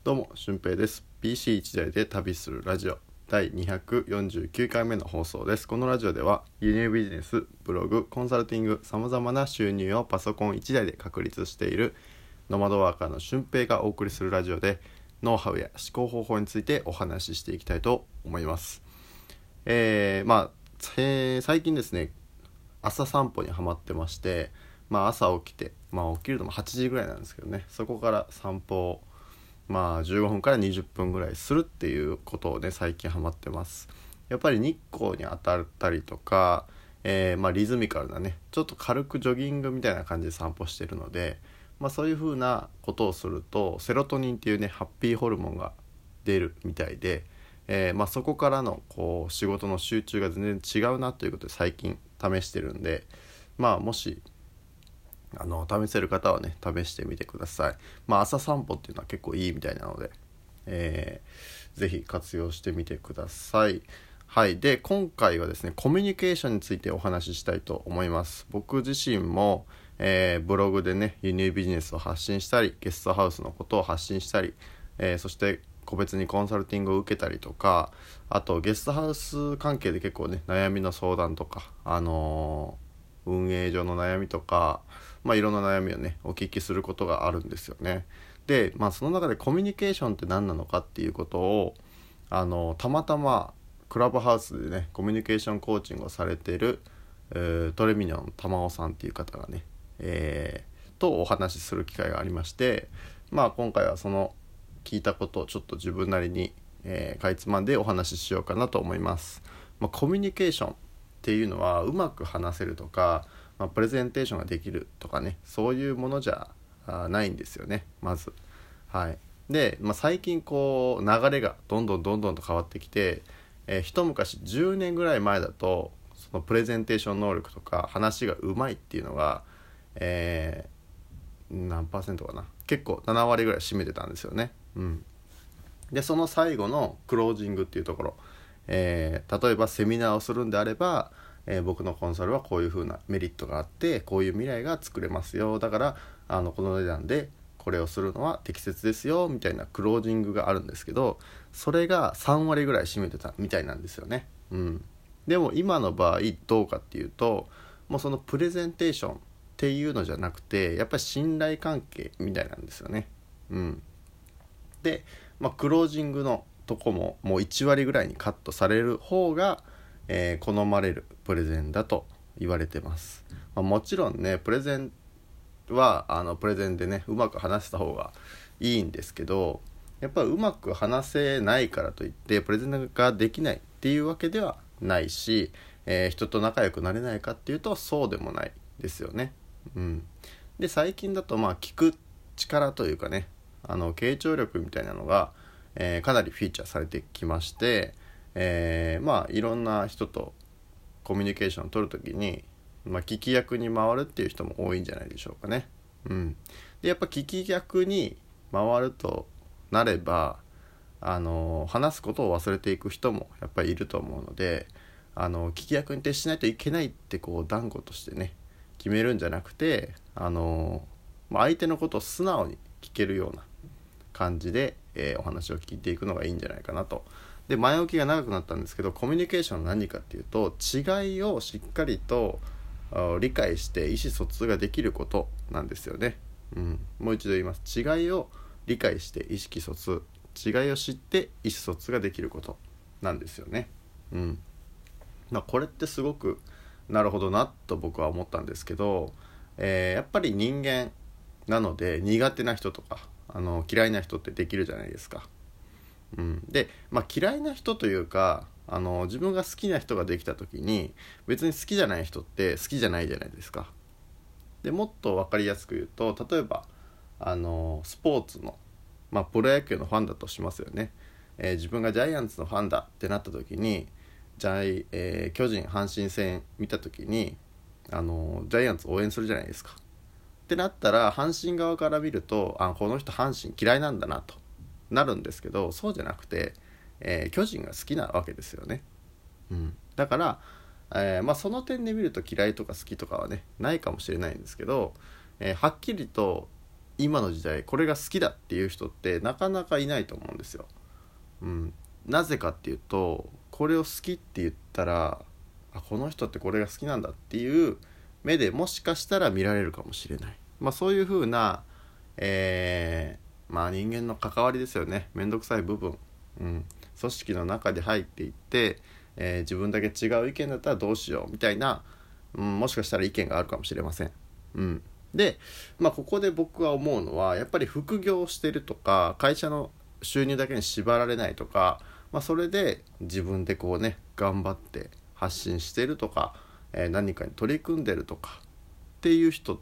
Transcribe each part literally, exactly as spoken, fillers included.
どうも、俊平です。ピーシーいち 台で旅するラジオだいにひゃくよんじゅうきゅうかいめの放送です。このラジオでは輸入ビジネス、ブログ、コンサルティング、様々な収入をパソコンいちだいで確立しているノマドワーカーの俊平がお送りするラジオで、ノウハウや思考方法についてお話ししていきたいと思います。えー、まあ、えー、最近ですね、朝散歩にハマってまして、まあ朝起きて、まあ起きるのもはちじぐらいなんですけどね、そこから散歩をまあじゅうごふんからにじゅっぷんぐらいするっていうことをね最近ハマってます。やっぱり日光に当たったりとか、えー、まあリズミカルなねちょっと軽くジョギングみたいな感じで散歩してるので、まあそういう風なことをするとセロトニンっていうねハッピーホルモンが出るみたいで、えー、まあそこからのこう仕事の集中が全然違うなということで最近試してるんで、まあもしあの試せる方はね試してみてください。まあ朝散歩っていうのは結構いいみたいなので、えー、ぜひ活用してみてください。はい。で今回はですねコミュニケーションについてお話ししたいと思います。僕自身も、えー、ブログでね輸入ビジネスを発信したり、ゲストハウスのことを発信したり、えー、そして個別にコンサルティングを受けたりとか、あとゲストハウス関係で結構ね悩みの相談とか、あのー、運営上の悩みとか、まあいろんな悩みをねお聞きすることがあるんですよね。でまあその中でコミュニケーションって何なのかっていうことをあのたまたまクラブハウスでねコミュニケーションコーチングをされている、えー、トレミニョン玉緒さんっていう方がね、えー、とお話しする機会がありまして、まあ今回はその聞いたことをちょっと自分なりに、えー、かいつまんでお話ししようかなと思います。まあ、コミュニケーションっていうのはうまく話せるとか、まあ、プレゼンテーションができるとかねそういうものじゃないんですよねまず。はい。で、まあ、最近こう流れがどんどんどんどんと変わってきて、えー、一昔じゅうねんぐらい前だとそのプレゼンテーション能力とか話がうまいっていうのが、えー、何パーセントかな結構ななわりぐらい占めてたんですよね。うん。でその最後のクロージングっていうところ、えー、例えばセミナーをするんであれば、えー、僕のコンサルはこういう風なメリットがあってこういう未来が作れますよ、だからあのこの値段でこれをするのは適切ですよみたいなクロージングがあるんですけど、それがさんわりぐらい占めてたみたいなんですよね。うん。でも今の場合どうかっていうと、もうそのプレゼンテーションっていうのじゃなくてやっぱり信頼関係みたいなんですよね。うん。で、まあ、クロージングのとこももういちわりぐらいにカットされる方が、えー、好まれるプレゼンだと言われてます。まあ、もちろんねプレゼンはあのプレゼンでねうまく話した方がいいんですけど、やっぱりうまく話せないからといってプレゼンができないっていうわけではないし、えー、人と仲良くなれないかっていうとそうでもないですよね。うん。で最近だとまあ聞く力というかね、あの傾聴力みたいなのが、えー、かなりフィーチャーされてきまして、えー、まあいろんな人とコミュニケーションを取るときに、まあ、聞き役に回るっていう人も多いんじゃないでしょうかね。うん。でやっぱ聞き役に回るとなれば、あの話すことを忘れていく人もやっぱりいると思うので、あの聞き役に徹しないといけないってこう断固としてね決めるんじゃなくて、あの相手のことを素直に聞けるような感じで、えー、お話を聞いていくのがいいんじゃないかなと。で前置きが長くなったんですけど、コミュニケーションは何かっていうと違いをしっかりと理解して意思疎通ができることなんですよね。うん、もう一度言います。違いを理解して意識疎通、違いを知って意思疎通ができることなんですよね。うん。まあ、これってすごくなるほどなと僕は思ったんですけど、えー、やっぱり人間なので苦手な人とかあの嫌いな人ってできるじゃないですか。うん、で、まあ、嫌いな人というかあの自分が好きな人ができた時に別に好きじゃない人って好きじゃないじゃないですか。でもっと分かりやすく言うと、例えばあのスポーツの、まあ、プロ野球のファンだとしますよね。えー、自分がジャイアンツのファンだってなった時にジャイ、えー、巨人阪神戦見た時にあのジャイアンツ応援するじゃないですか。ってなったら阪神側から見るとあこの人阪神嫌いなんだなとなるんですけど、そうじゃなくて、えー、巨人が好きなわけですよね。うん、だから、えーまあ、その点で見ると嫌いとか好きとかはねないかもしれないんですけど、えー、はっきりと今の時代これが好きだっていう人ってなかなかいないと思うんですよ。うん、なぜかっていうと、これを好きって言ったら、あ、この人ってこれが好きなんだっていう目でもしかしたら見られるかもしれない。まあそういう風な、えー、まあ人間の関わりですよね。めんどくさい部分、うん、組織の中で入っていって、えー、自分だけ違う意見だったらどうしようみたいな、うん、もしかしたら意見があるかもしれません。うん、で、まあ、ここで僕は思うのは、やっぱり副業をしてるとか会社の収入だけに縛られないとか、まあ、それで自分でこうね頑張って発信してるとか、えー、何かに取り組んでるとかっていう人って、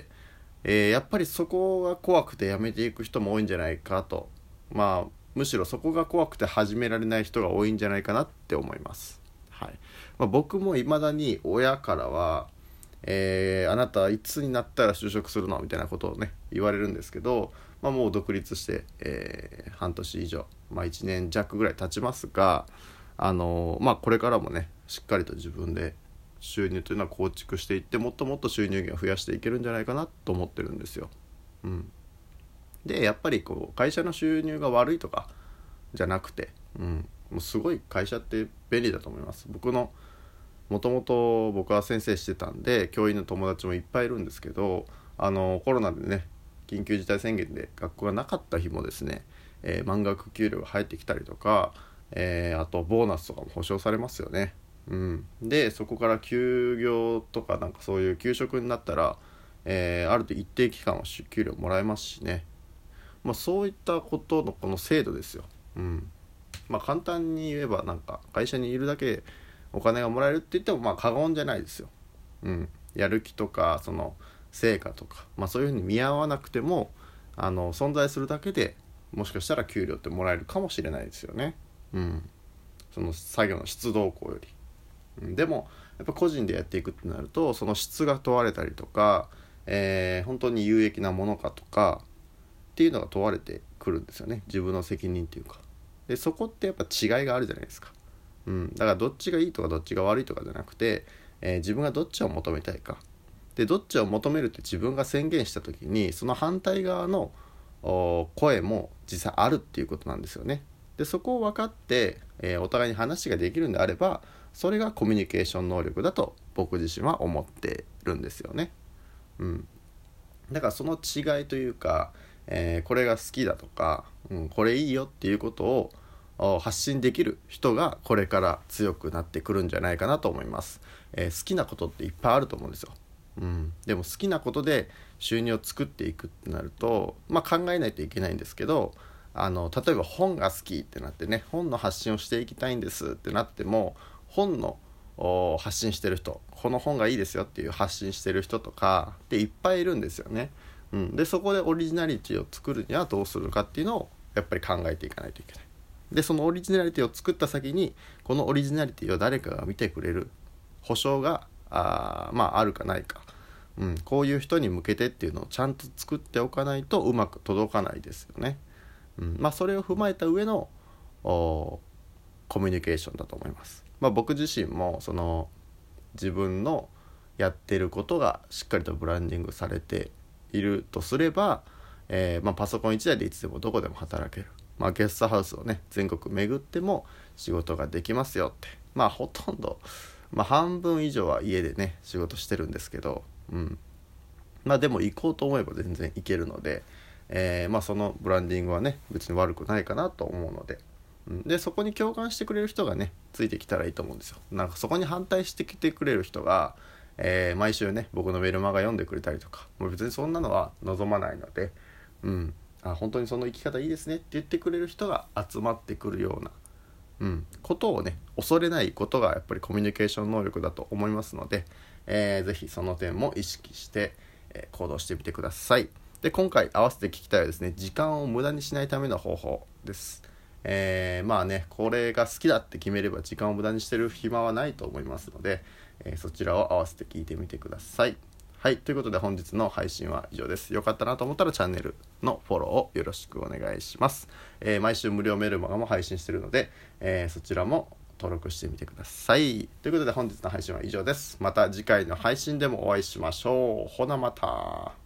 えー、やっぱりそこが怖くてやめていく人も多いんじゃないかと、まあむしろそこが怖くて始められない人が多いんじゃないかなって思います。はい。まあ、僕も未だに親からは、えー、あなたはいつになったら就職するのみたいなことをね言われるんですけど、まあ、もう独立して、えー、半年以上、まあ、いちねん弱ぐらい経ちますが、あのーまあ、これからもねしっかりと自分で収入というのは構築していって、もっともっと収入源を増やしていけるんじゃないかなと思ってるんですよ。うん、でやっぱりこう会社の収入が悪いとかじゃなくて、うん、もうすごい会社って便利だと思います。僕のもともと僕は先生してたんで教員の友達もいっぱいいるんですけど、あのコロナでね緊急事態宣言で学校がなかった日もですね、えー、満額給料が入ってきたりとか、えー、あとボーナスとかも保証されますよね。うん、でそこから休業とかなんかそういう休職になったら、えー、ある程度一定期間は給料もらえますしね、まあ、そういったことのこの制度ですよ。うんまあ、簡単に言えばなんか会社にいるだけお金がもらえるって言ってもまあ過言じゃないですよ。うん、やる気とかその成果とか、まあ、そういうふうに見合わなくてもあの存在するだけでもしかしたら給料ってもらえるかもしれないですよね。うん、その作業の質動向より、うん、でもやっぱ個人でやっていくってなるとその質が問われたりとか、えー、本当に有益なものかとかっていうのが問われてくるんですよね。自分の責任っていうか。でそこってやっぱ違いがあるじゃないですか。うん、だからどっちがいいとかどっちが悪いとかじゃなくて、えー、自分がどっちを求めたいかで、どっちを求めるって自分が宣言した時にその反対側の声も実際あるっていうことなんですよね。でそこを分かって、えー、お互いに話ができるんであればそれがコミュニケーション能力だと僕自身は思ってるんですよね。うん、だからその違いというか、えー、これが好きだとか、うん、これいいよっていうことを発信できる人がこれから強くなってくるんじゃないかなと思います。えー、好きなことっていっぱいあると思うんですよ。うん、でも好きなことで収入を作っていくってなると、まあ、考えないといけないんですけど、あの例えば本が好きってなってね本の発信をしていきたいんですってなっても本の発信してる人、この本がいいですよっていう発信してる人とかっていっぱいいるんですよね。うん、でそこでオリジナリティを作るにはどうするかっていうのをやっぱり考えていかないといけない。でそのオリジナリティを作った先にこのオリジナリティを誰かが見てくれる保証が あ,、まあ、あるかないか、うん、こういう人に向けてっていうのをちゃんと作っておかないとうまく届かないですよね。うんまあ、それを踏まえた上のコミュニケーションだと思います。まあ、僕自身もその自分のやってることがしっかりとブランディングされているとすれば、えーまあ、パソコン一台でいつでもどこでも働ける、まあ、ゲストハウスをね全国巡っても仕事ができますよって、まあほとんど、まあ、半分以上は家でね仕事してるんですけど、うんまあでも行こうと思えば全然行けるので、えー、まあそのブランディングはね別に悪くないかなと思うので、うん、でそこに共感してくれる人がねついてきたらいいと思うんですよ。なんかそこに反対してきてくれる人が、えー、毎週ね僕のメルマガ読んでくれたりとか、もう別にそんなのは望まないので、うんあ本当にその生き方いいですねって言ってくれる人が集まってくるような、うん、ことをね恐れないことがやっぱりコミュニケーション能力だと思いますので、えー、ぜひその点も意識して、えー、行動してみてください。で今回合わせて聞きたいはですね、時間を無駄にしないための方法です。えー、まあねこれが好きだって決めれば時間を無駄にしてる暇はないと思いますので、えー、そちらを合わせて聞いてみてください。はい、ということで本日の配信は以上です。よかったなと思ったらチャンネルのフォローをよろしくお願いします。えー、毎週無料メルマガも配信しているので、えー、そちらも登録してみてください。ということで本日の配信は以上です。また次回の配信でもお会いしましょう。ほなまた。